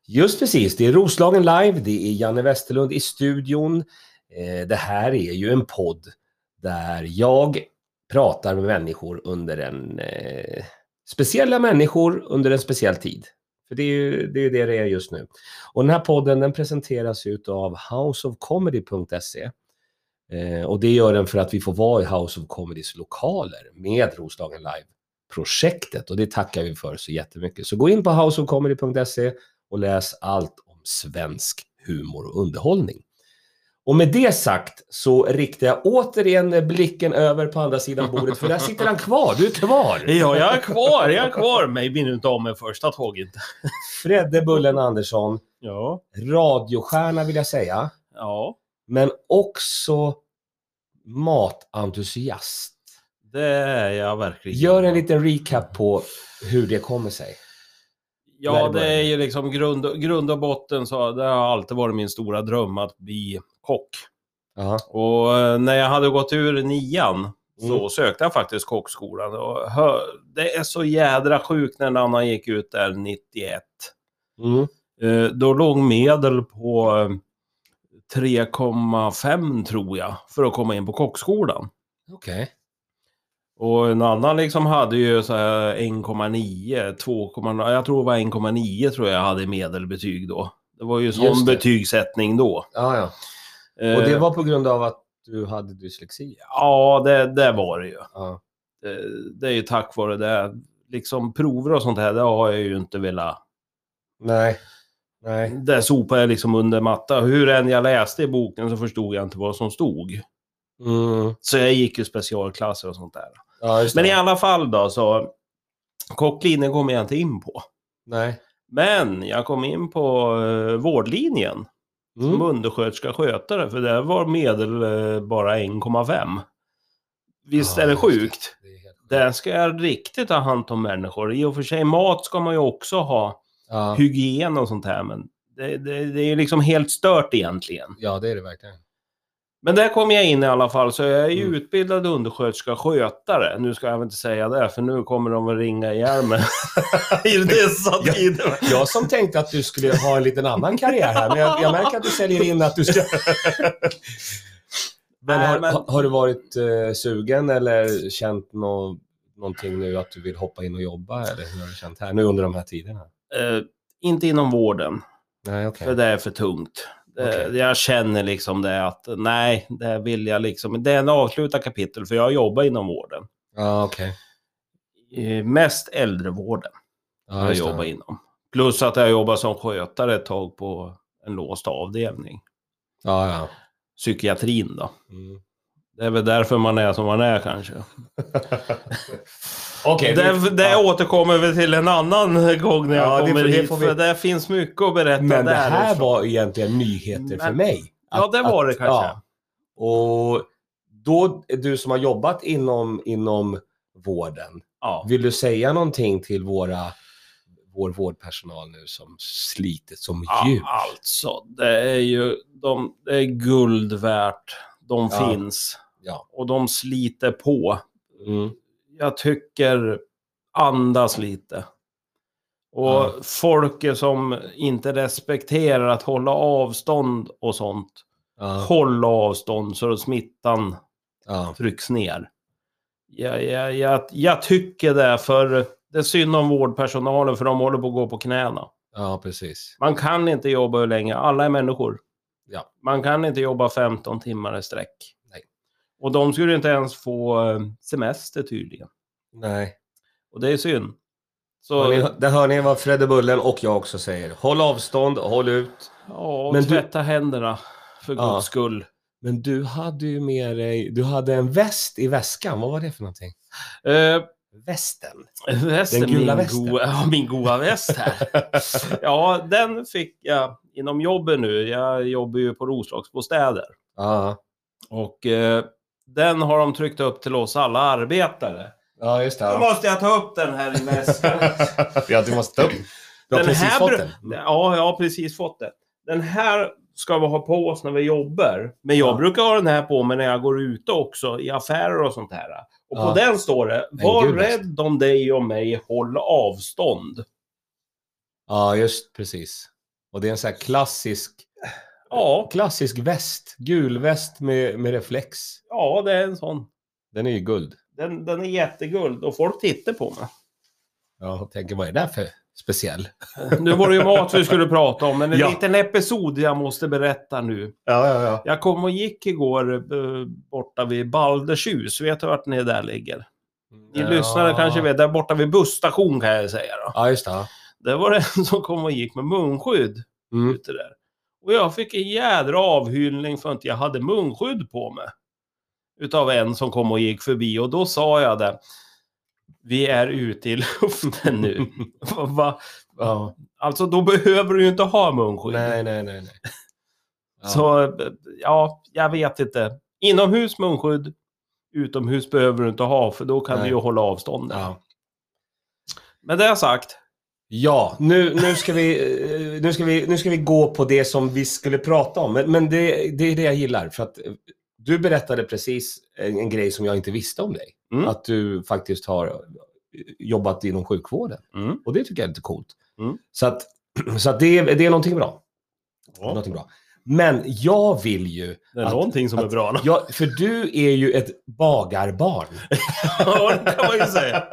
Just precis, det är Roslagen live, det är Janne Westerlund i studion. Det här är ju en podd där jag pratar med människor under speciella människor under en speciell tid. För det är ju det är just nu. Och den här podden den presenteras ut av houseofcomedy.se. Och det gör den för att vi får vara i House of Comedys lokaler med Roslagen Live-projektet. Och det tackar vi för så jättemycket. Så gå in på houseofcomedy.se och läs allt om svensk humor och underhållning. Och med det sagt så riktar jag återigen blicken över på andra sidan bordet. För där sitter han kvar, du är kvar. Ja, jag är kvar. Mig blir nu inte av med första tåget. Fredde Bullen Andersson. Ja. Radiostjärna vill jag säga. Ja. Men också matentusiast. Det är jag verkligen. Gör en liten recap på hur det kommer sig. Ja, det är ju liksom grund och botten så det har alltid varit min stora dröm att bli kock. Aha. Och när jag hade gått ur 9:an så sökte jag faktiskt kockskolan. Och det är så jädra sjukt när en annan gick ut där 91. Då låg medel på 3,5 tror jag för att komma in på kockskolan. Okej. Och en annan liksom hade ju så här 1,9, 2,0, jag tror det var 1,9 tror jag hade medelbetyg då. Det var ju sån betygssättning då. Ja. Och det var på grund av att du hade dyslexi? Ja, det var det ju. Ja. Det är ju tack vare det. Liksom prover och sånt här, det har jag ju inte velat. Nej. Det sopar jag liksom under matta. Hur än jag läste i boken så förstod jag inte vad som stod. Så jag gick ju specialklasser och sånt där. Ja, men i alla fall då så kocklinjen kom jag inte in på. Nej. Men jag kom in på vårdlinjen som undersköterska skötare för det var medel bara 1,5. Visst är det sjukt? Där ska jag riktigt ta hand om människor. I och för sig mat ska man ju också ha hygien och sånt här men det är ju liksom helt stört egentligen. Ja, det är det verkligen. Men där kom jag in i alla fall så jag är ju utbildad undersköterska skötare. Nu ska jag inte säga det för nu kommer de att ringa ihjäl mig i dessa tider. Jag som tänkte att du skulle ha en liten annan karriär här men jag märker att du säljer in att du ska... men har du varit sugen eller känt någonting nu att du vill hoppa in och jobba eller hur har du känt här nu under de här tiderna? Inte inom vården. Nej, okay. För det är för tungt. Jag känner liksom det att nej, det vill jag liksom. Det är en avslutad kapitel för jag jobbar inom vården. Ja, okej. Mest äldrevården jag jobbar inom. Plus att jag jobbar som skötare ett tag på en låst avdelning. Ja. Psykiatrin då. Det är väl därför man är som man är kanske. Okej. Det återkommer vi till en annan gång när jag kommer hit. För det finns mycket att berätta. Men det här var egentligen nyheter för mig. Det var det kanske. Ja. Och då, du som har jobbat inom vården. Ja. Vill du säga någonting till vår vårdpersonal nu som sliter som djur? Alltså, det är ju det är guld värt. De finns. Ja. Och de sliter på. Jag tycker andas lite. Och folk som inte respekterar att hålla avstånd och sånt. Hålla avstånd så att smittan trycks ner. Jag tycker det för det är synd om vårdpersonalen för de håller på att gå på knäna. Ja, precis. Man kan inte jobba hur länge. Alla är människor. Ja. Man kan inte jobba 15 timmar i sträck. Nej. Och de skulle inte ens få semester tydligen. Nej. Och det är synd. Så det hör ni vad Fredde Bullen och jag också säger. Håll avstånd, håll ut. Ja, och tvätta händerna för guds skull. Men du hade ju med dig, du hade en väst i väskan. Vad var det för någonting? Västen. Den gula västen. Min goda väst här. Ja, den fick jag inom jobbet nu. Jag jobbar ju på Roslagsbostäder. Och den har de tryckt upp till oss alla arbetare. Ja, just det. Då måste jag ta upp den här i väskan. Ja, du måste ta upp. Du har precis fått den. Ja, jag har precis fått den. Den här ska vi ha på oss när vi jobbar. Men jag brukar ha den här på mig när jag går ute också. I affärer och sånt här. Och på den står det: var rädd om dig och mig, håll avstånd. Ja, just precis. Och det är en sån här klassisk väst. Gul väst med reflex. Ja, det är en sån. Den är ju guld. Den är jätteguld och folk tittar på mig. Ja, jag tänker, vad är det för speciell? Nu var det ju mat vi skulle prata om, men en liten episod jag måste berätta nu. Ja. Jag kom och gick igår borta vid Baldershus. Vet du vart ni där ligger? Ni lyssnare kanske vet, där borta vid busstation kan jag säga då. Ja, just det. Det var en som kom och gick med munskydd ute där. Och jag fick en jädra avhyllning för att jag hade munskydd på mig. Utav en som kom och gick förbi. Och då sa jag det. Vi är ute i luften nu. Ja. Alltså då behöver du ju inte ha munskydd. Nej. Ja. Så ja, jag vet inte. Inomhus munskydd. Utomhus behöver du inte ha. För då kan du ju hålla avstånd. Ja. Men det har sagt. Ja, nu ska vi gå på det som vi skulle prata om. Men det är det jag gillar. För att du berättade precis en grej som jag inte visste om dig. Att du faktiskt har jobbat inom sjukvården. Och det tycker jag är lite coolt. Så att det är någonting bra. Ja. Någonting bra. Men jag vill ju... Det är någonting som är bra. Ja, för du är ju ett bagarbarn. Ja, det kan man ju säga.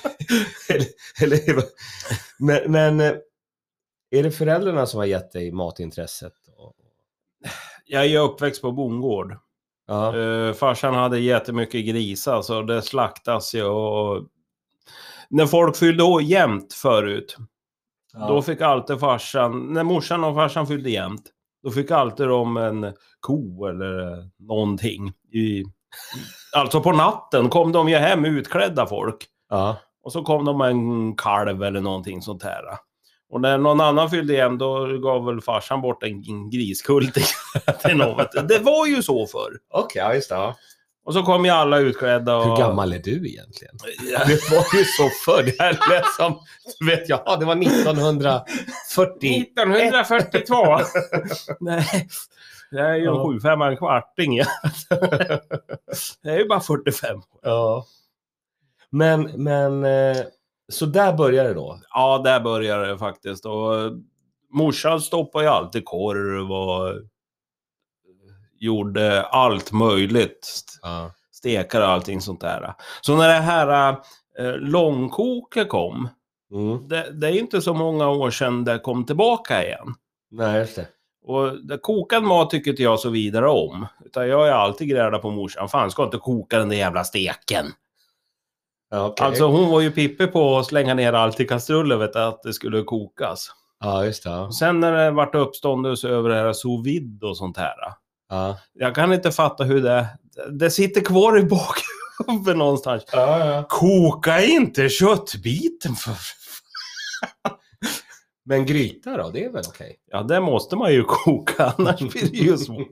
Men är det föräldrarna som har gett dig matintresset? Jag är ju uppväxt på bondgård. Ja. Farsan hade jättemycket grisar så det slaktas ju. Och när folk fyllde år jämt förut. Ja. Då fick alltid farsan, när morsan och farsan fyllde jämt. Då fick alltid de en ko eller någonting. Alltså på natten kom de ju hem utklädda folk. Ja. Och så kom de med en kalv eller någonting sånt här. Och när någon annan fyllde igen då gav väl farsan bort en griskull till någon. Det var ju så förr. Okej, ja, just det. Ja. Och så kom ju alla utklädda. Hur gammal är du egentligen? Ja. Det var ju så förr. Det här lät som, vet jag, det var 1942. Nej, det är ju en 7-5 en kvarting. Det är ju bara 45. Ja. Men så där började det då? Ja, där började det faktiskt. Och morsan stoppade ju alltid korv och gjorde allt möjligt. Ja. Stekar och allting sånt där. Så när det här långkoket kom, det är inte så många år sedan det kom tillbaka igen. Nej, just det. Och det kokad mat tycker inte jag så vidare om. Utan jag är alltid grädda på morsan. Fan, ska inte koka den där jävla steken. Okay. Alltså hon var ju pippig på att slänga ner allt i kastrullen, vet att det skulle kokas. Ja, just det. Ja. Sen när det vart uppståndelse över det här sous vide och sånt här. Ja. Jag kan inte fatta hur det sitter kvar i bakhuvudet någonstans. Ja. Koka inte köttbiten för. Men gryta då, det är väl okej? Ja, det måste man ju koka, annars blir det ju svårt.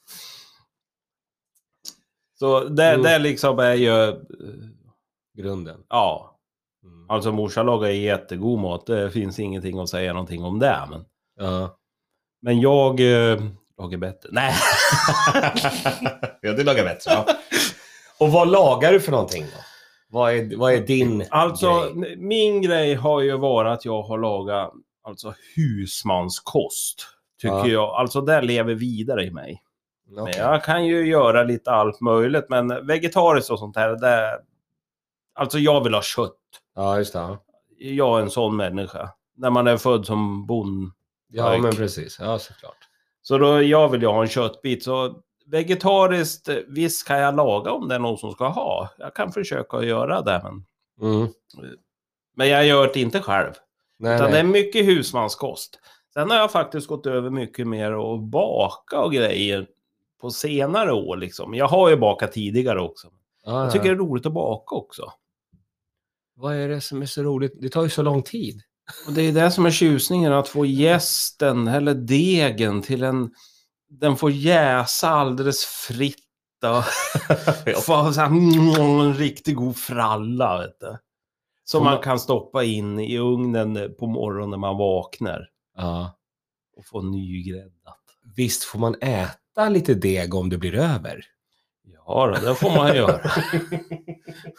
Så det liksom är ju grunden. Ja. Alltså morsan lagar jättegod mat. Det finns ingenting att säga någonting om det. Men jag lagar bättre. Nej. Ja, du lagar bättre. Ja. Och vad lagar du för någonting då? Vad är din grej? Min grej har ju varit att jag har lagat husmanskost. Tycker jag. Alltså det lever vidare i mig. Okay. Men jag kan ju göra lite allt möjligt. Men vegetariskt och sånt här, alltså jag vill ha kött. Ja, just det. Jag är en sån människa. När man är född som bond. Ja, men precis. Ja, såklart. Så då jag vill ju ha en köttbit. Så vegetariskt, visst kan jag laga om det är någon som ska ha. Jag kan försöka göra det. Men jag gör det inte själv. Utan det är mycket husmanskost. Sen har jag faktiskt gått över mycket mer och baka och grejer på senare år liksom. Jag har ju bakat tidigare också. Jag tycker det är roligt att baka också. Vad är det som är så roligt? Det tar ju så lång tid. Och det är det som är tjusningen, att få jästen eller degen till den får jäsa alldeles fritt och få en riktigt god fralla, vet du. Som man kan stoppa in i ugnen på morgonen när man vaknar. Ja. Och få nygräddat. Visst får man äta lite deg om det blir över? Ja, det får man göra.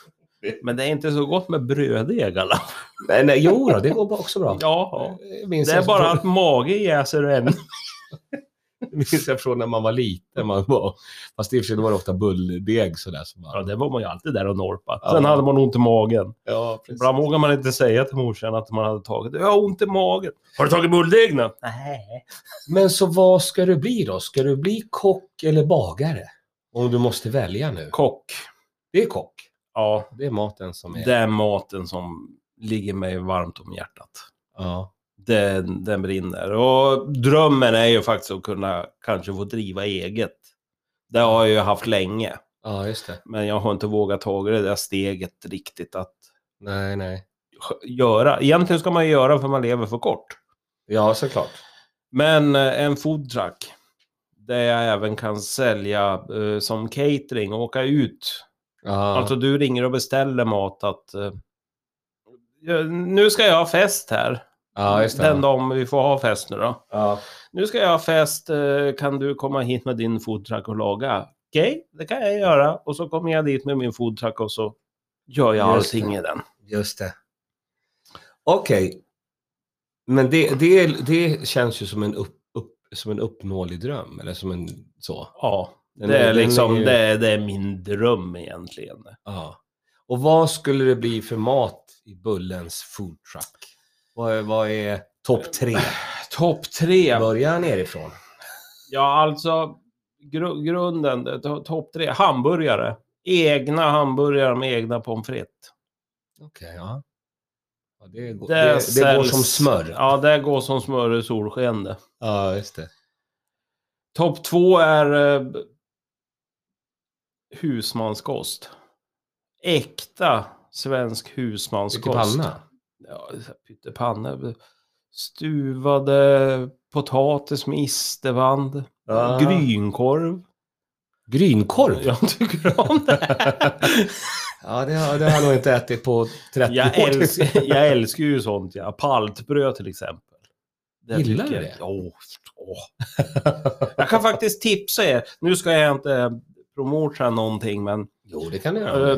Men det är inte så gott med bröddeg alla. Nej, jo då, det går också bra. Ja. Det är bara att magen jäser än. Det minns jag från när man var liten. Fast i och för sig var det ofta bulldeg sådär. Ja, det var man ju alltid där och norpa. Sen hade man ont i magen. Ja, precis. Ibland vågar man inte säga till morsan att man hade tagit det. Jag har ont i magen. Har du tagit bulldeg nu? Nej. Men så vad ska du bli då? Ska du bli kock eller bagare? Om du måste välja nu. Kock. Det är kock. Ja. Det är maten som är... Det är maten som ligger mig varmt om hjärtat. Ja. Den brinner. Och drömmen är ju faktiskt att kunna kanske få driva eget. Det har jag ju haft länge. Ja, just det. Men jag har inte vågat ta det där steget riktigt att Nej. göra. Egentligen ska man ju göra för man lever för kort. Ja, såklart. Men en foodtruck där jag även kan sälja som catering och åka ut. Ja. Alltså du ringer och beställer mat att nu ska jag ha fest här. Ja, just det. Den dagen vi får ha fest nu då. Ja. Nu ska jag ha fest, kan du komma hit med din foodtruck och laga? Okej, det kan jag göra. Och så kommer jag dit med min foodtruck och så gör jag allting i den. Just det. Okej. Men det känns ju som en uppnåelig dröm. Eller som en så. Ja, det är min dröm egentligen. Ja. Och vad skulle det bli för mat i Bullens foodtruck? Vad är topp 3? Topp 3? Börja nerifrån. Ja, alltså grunden, topp 3. Hamburgare. Egna hamburgare med egna pommes frites. Okej, ja. Det går som smör. Ja, det går som smör i solsken. Ja, just det. Topp 2 är husmanskost. Äkta svensk husmanskost. Pyttipanna? Ja, pyttipanna. Stuvade potatis med isterband. Ja. Grynkorv. Grynkorv? Jag tycker om det. Ja, det har jag nog inte ätit på 30 år. Jag älskar ju sånt, ja. Paltbröd till exempel. Gillar du det? Jag kan faktiskt tipsa er. Nu ska jag inte promota någonting, men... Jo, det kan du göra.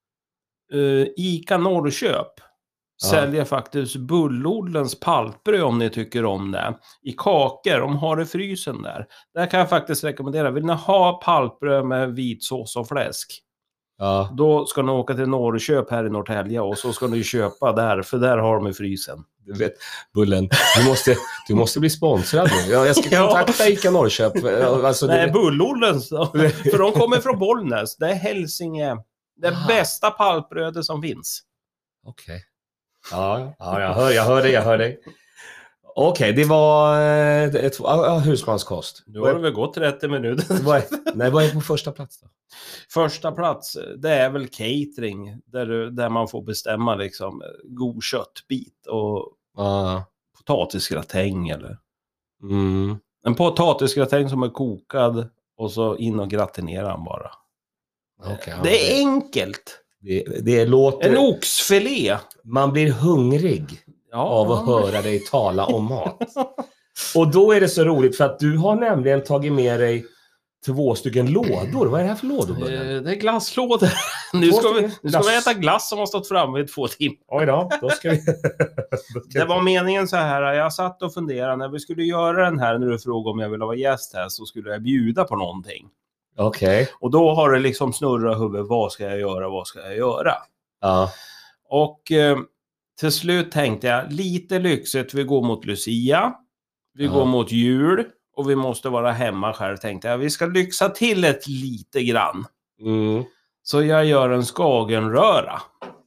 Ica Norrköp säljer faktiskt Bullodlens paltbröd om ni tycker om det. I kakor, de har det frysen där. Där kan jag faktiskt rekommendera. Vill ni ha paltbröd med vitsås och fläsk? Ja. Då ska ni åka till Norrköp här i Norrtälje och så ska ni köpa där, för där har de i frysen. Du vet, Bullen, du måste bli sponsrad nu. Jag ska kontakta Ica Norrköp. Alltså, nej, Bullodlens. För de kommer från Bollnäs. Det är Hälsinge. Det bästa paltbrödet som finns. Okej. Ja, jag hör dig. Okej, det var husmanskost. Nu har det väl gått 30 minuter. Vad är på första plats då? Första plats, det är väl catering. Där man får bestämma liksom god köttbit och potatisgratäng eller. En potatisgratäng som är kokad och så in och gratinera den bara. Okay, det är enkelt. Det låter... En oxfilé. Man blir hungrig av att höra dig tala om mat. Och då är det så roligt för att du har nämligen tagit med dig 2 stycken lådor. Vad är det här för lådor? Det är glasslådor. Nu ska vi äta glass som har stått framme i 2 timmar. Oj då ska vi... Det var meningen så här. Jag satt och funderade när vi skulle göra den här. När du frågade om jag ville vara gäst här så skulle jag bjuda på någonting. Okej. Och då har det liksom snurrat huvudet. Vad ska jag göra? Ja. Och till slut tänkte jag lite lyxigt. Vi går mot Lucia. Vi går mot jul. Och vi måste vara hemma själv, tänkte jag. Vi ska lyxa till ett lite grann. Så jag gör en skagenröra.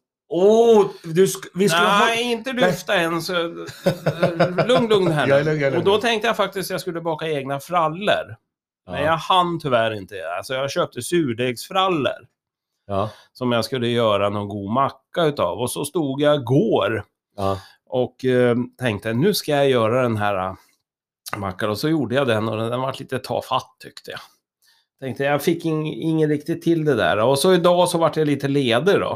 Inte lyfta än. Så, lugn här. Och då tänkte jag faktiskt att jag skulle baka egna frallor. Men jag hann tyvärr inte. Alltså jag köpte surdegsfrallor. Som jag skulle göra någon god macka utav. Och så stod jag igår. Och tänkte, nu ska jag göra den här mackan. Och så gjorde jag den och den var lite tafatt tyckte jag. Tänkte jag fick ingen riktigt till det där. Och så idag så vart jag lite ledig då.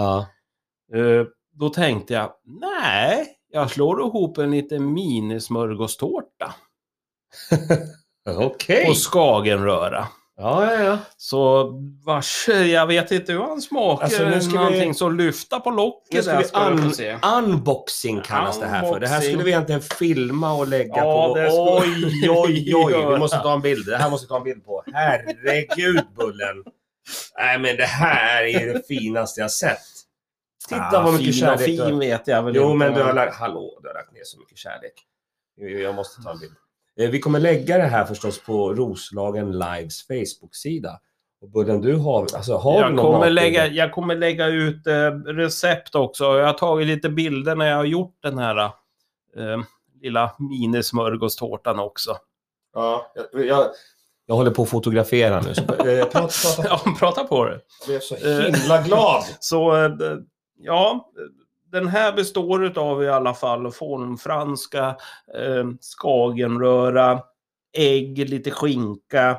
Då tänkte jag, nej, jag slår ihop en liten minismörgåstårta. Okej. Och skagenröra. Ja. Så jag vet inte hur han smakar. Alltså, nu ska någonting så lyfta på locket där ska vi få se. Unboxing kallas det här för. Det här skulle vi egentligen filma och lägga på. det skulle... Oj. Vi måste ta en bild. Det här måste vi ta en bild på. Herregud, Bullen. Nej, men det här är det finaste jag sett. Titta vad mycket kärlek. Fin vet jag väl jo, inte. Men du har lagt ner så mycket kärlek. Jag måste ta en bild. Vi kommer lägga det här förstås på Roslagen Lives Facebook-sida. Och Bullen, du har jag kommer lägga ut recept också. Jag har tagit lite bilder när jag har gjort den här lilla minismörgåstårtan också. Ja, jag håller på att fotografera nu. Så, prata. Ja, prata på det. Jag är så himla glad. Så, ja... Den här består av i alla fall formfranska, skagenröra, ägg, lite skinka,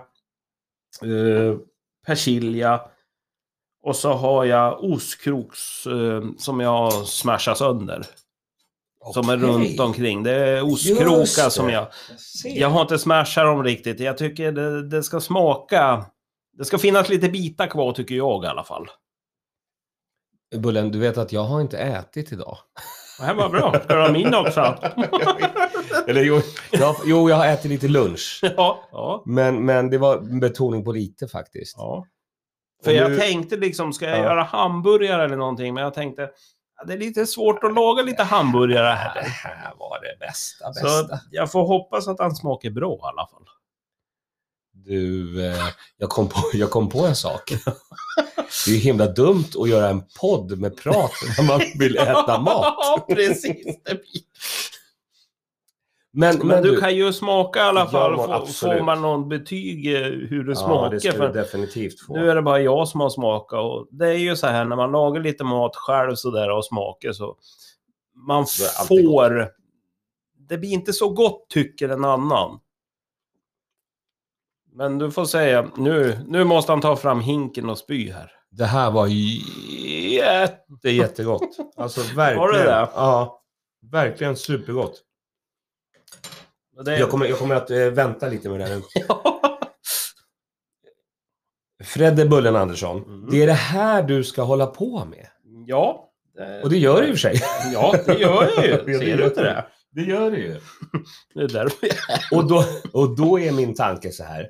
persilja. Och så har jag ostkroks som jag smashar sönder. Okay. Som är runt omkring. Det är ostkroka som jag har inte smashat dem riktigt. Jag tycker det ska smaka. Det ska finnas lite bitar kvar tycker jag i alla fall. Bullen, du vet att jag har inte ätit idag. Det här var bra. Ska du ha min också? Eller jag har ätit lite lunch. Ja. Men det var betoning på lite faktiskt. Ja. För jag tänkte liksom, ska jag göra hamburgare eller någonting? Men jag tänkte, det är lite svårt att laga lite hamburgare här. Det här var det bästa. Så jag får hoppas att han smakar bra i alla fall. Du, jag kom på en sak. Det är ju himla dumt att göra en podd med prat när man vill äta mat. Ja, precis. Men du kan ju smaka i alla fall. Får man någon betyg hur det smakar. Det ska du definitivt få. Nu är det bara jag som har smakat. Och det är ju så här när man lagar lite mat själv så där och smakar så. Man får... Det blir inte så gott tycker en annan. Men du får säga, nu måste han ta fram hinken och spy här. Det här var jättegott. Alltså verkligen. Var det det? Ja, verkligen supergott. Jag kommer att vänta lite med det här. Fredde Bullen Andersson, det är det här du ska hålla på med. Ja. Och det gör det i och för sig. Ja, det gör det ju. Ser du inte det? Det gör det ju. Det är därför och då är min tanke så här.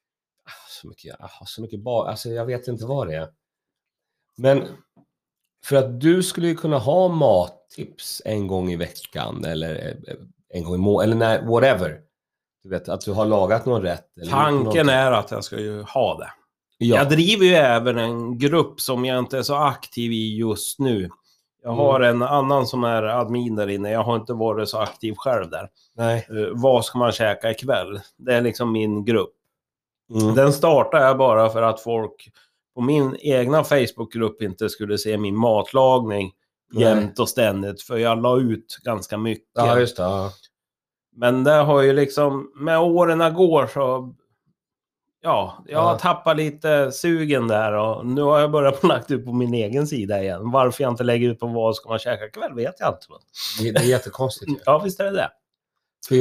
Så mycket alltså jag vet inte vad det är. Men för att du skulle ju kunna ha mattips en gång i veckan eller en gång i månaden eller när, whatever. Du vet att du har lagat någon rätt. Eller tanken är att jag ska ju ha det. Ja. Jag driver ju även en grupp som jag inte är så aktiv i just nu. Jag har en annan som är admin där inne. Jag har inte varit så aktiv själv där. Nej. Vad ska man käka ikväll? Det är liksom min grupp. Den startar jag bara för att folk på min egna Facebookgrupp inte skulle se min matlagning jämt och ständigt. För jag la ut ganska mycket. Ja, just det. Ja. Men det har ju liksom, med åren går så... Ja, jag har tappat lite sugen där och nu har jag börjat lagt ut på min egen sida igen. Varför jag inte lägger ut på vad ska man käka kväll vet jag inte. Det är jättekonstigt. Ja, visst är det. För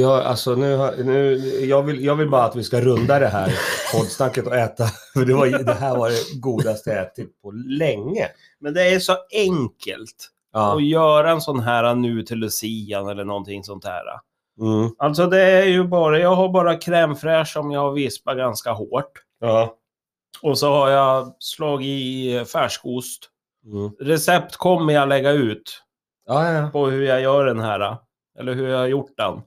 jag vill bara att vi ska runda det här poddsnacket och äta. För det här var det godaste jag ätit på länge. Men det är så enkelt att göra en sån här nu till Lucian eller någonting sånt här. Alltså det är ju bara, jag har bara crème fraîche som jag har vispat ganska hårt. Ja. Och så har jag slagit i färskost. Recept kommer jag lägga ut på hur jag gör den här. Eller hur jag har gjort den.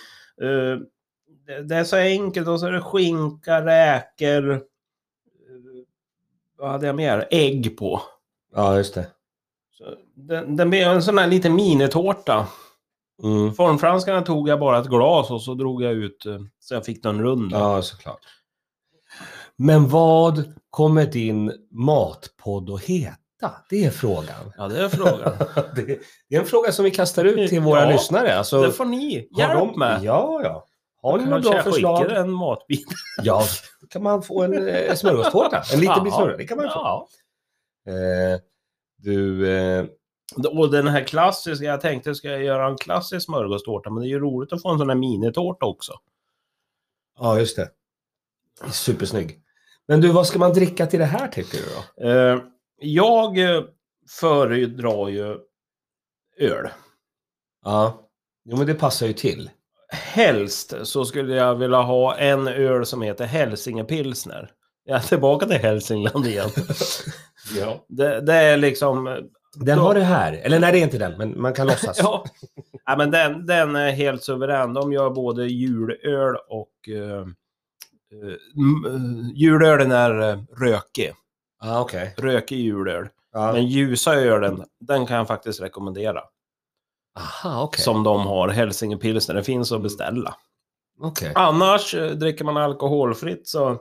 Det är så enkelt och så är det skinka, räkor. Vad hade jag mer? Ägg på. Ja, just det. Så den blir en sån här liten minitårta. Formfranskarna tog jag bara ett glas och så drog jag ut så jag fick en runda. Ja, såklart. Men vad kommer din matpodd att heta? Det är frågan. Ja, det är frågan. Det är en fråga som vi kastar ut till våra lyssnare. Alltså, det får ni hjälp med. Ja. Har ni några bra förslag? Skicka en matbit. Ja, då kan man få en smörgåstårta. En liten bit smörgås. Det kan man få. Och den här klassiska, jag tänkte ska jag göra en klassisk smörgåstårta, men det är ju roligt att få en sån här minitårta också. Ja, just det. Supersnygg. Men du, vad ska man dricka till det här tycker du då? Jag föredrar ju öl. Ja, jo men det passar ju till. Helst så skulle jag vilja ha en öl som heter Hälsingepilsner. Jag är tillbaka till Hälsingland igen. Ja. Det är liksom... Den har det här. Eller nej, det är inte den, men man kan låtsas. Ja, men den är helt suverän. De gör både julöl och... julölen är rökig. Okej. Rökig julöl. Ja. Men ljusa ölen, den kan jag faktiskt rekommendera. Aha, okej. Som de har, Hälsingepilsner. Det finns att beställa. Okej. Annars dricker man alkoholfritt så...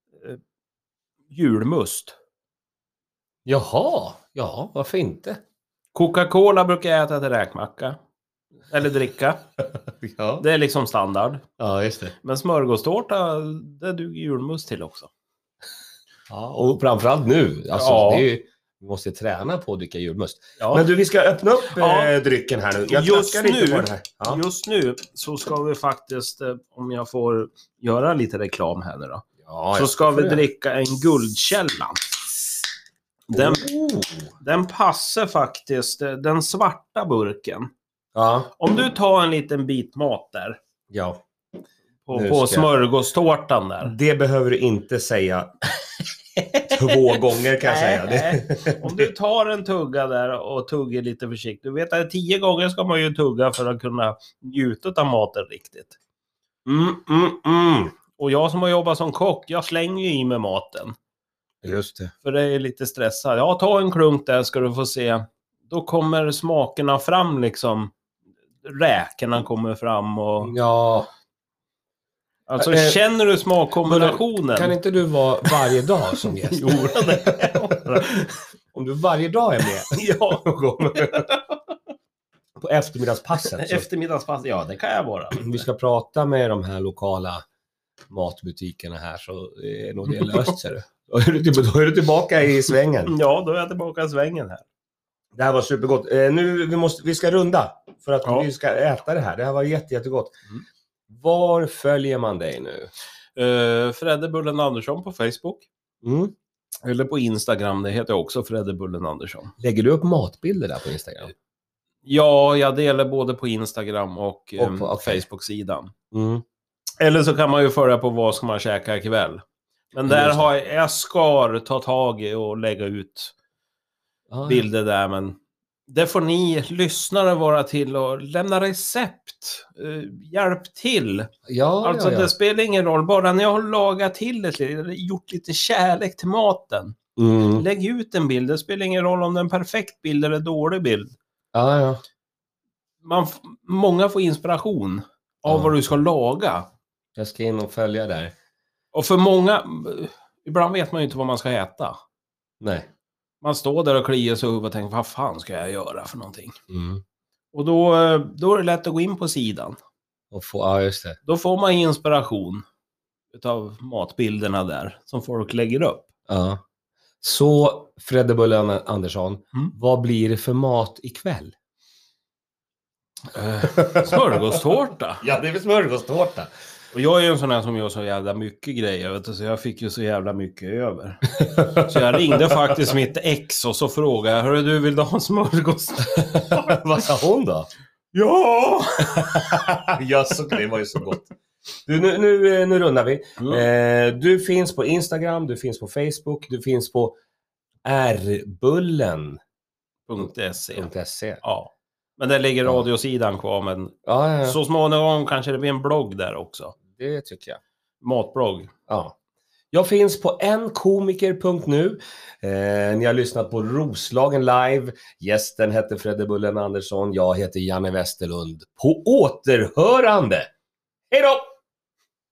julmust. Jaha, ja, varför inte? Coca-Cola brukar jag äta till räkmacka. Eller dricka. Ja. Det är liksom standard. Ja, just det. Men smörgåstårta, det duger julmust till också. Ja, och framförallt nu. Alltså, Ja. det är ju, vi måste träna på att dricka julmust. Ja. Men du, vi ska öppna upp Ja. Drycken här nu. Jag Just knackar lite nu- på den här. Ja. Just nu så ska vi faktiskt, om jag får göra lite reklam här nu då. Ja, Så ska vi dricka en Guldkälla. Den passar faktiskt, den svarta burken. Ja. Om du tar en liten bit mat där. Ja. På Nu ska jag- smörgåstårtan där. Det behöver du inte säga 2 gånger kan jag säga. Det. Om du tar en tugga där och tuggar lite försiktigt. Du vet att 10 gånger ska man ju tugga för att kunna njuta av maten riktigt. Och jag som har jobbat som kock, jag slänger ju i med maten. Just det. För det är lite stressad. Ja, ta en klunk där ska du få se. Då kommer smakerna fram liksom. Räkorna kommer fram och... Ja. Alltså känner du smakkombinationen? Kan inte du vara varje dag som gäst? Jo, det. Om du varje dag är med. Ja. På eftermiddagspasset. Så Eftermiddagspass, ja det kan jag vara. vi ska prata med de här lokala matbutikerna här så är nog det löst ser du. Då är du tillbaka i svängen. Ja, då är jag tillbaka i svängen här. Det här var supergott. Nu vi ska runda för att Ja. vi ska äta det här. Det här var jättegott. Mm. Var följer man dig nu? Fredde Bullen Andersson på Facebook. Mm. Eller på Instagram, det heter också Fredde Bullen Andersson. Lägger du upp matbilder där på Instagram? Ja, jag delar både på Instagram och på, okej. Facebook-sidan. Mm. Eller så kan man ju följa på vad ska man käka ikväll. Men där har jag ska ta tag i och lägga ut bilder där. Men det får ni lyssnare vara till och lämna recept. Hjälp till. Ja, Alltså ja. det spelar ingen roll. Bara när jag har lagat till det, gjort lite kärlek till maten. Mm. Lägg ut en bild. Det spelar ingen roll om det är en perfekt bild eller en dålig bild. Ja, ja. Många får inspiration av vad du ska laga. Jag ska in och följa där. Och för många, ibland vet man ju inte vad man ska äta. Nej. Man står där och kliar sig upp och tänker, vad fan ska jag göra för någonting? Mm. Och då är det lätt att gå in på sidan. Och ja, just det. Då får man inspiration utav matbilderna där som folk lägger upp. Ja. Så Fredde Bullen Andersson, vad blir det för mat ikväll? Smörgåstårta. Ja, det är väl smörgåstårta. Och jag är ju en sån här som gör så jävla mycket grejer, vet du, så jag fick ju så jävla mycket över. Så jag ringde faktiskt mitt ex och så frågade jag, hörru du, vill du ha en smörgåstårta? Vad sa hon då? Ja! Ja, så det var ju så gott. Du, nu rundar vi. Du finns på Instagram, du finns på Facebook, du finns på rbullen.se. Ja. Men det ligger radiosidan kvar, men Ja. så småningom kanske det blir en blogg där också. Det tycker jag. Matblogg. Ja. Jag finns på enkomiker.nu. Ni har lyssnat på Roslagen live. Gästen hette Fredde Bullen Andersson. Jag heter Janne Westerlund. På återhörande! Hej då!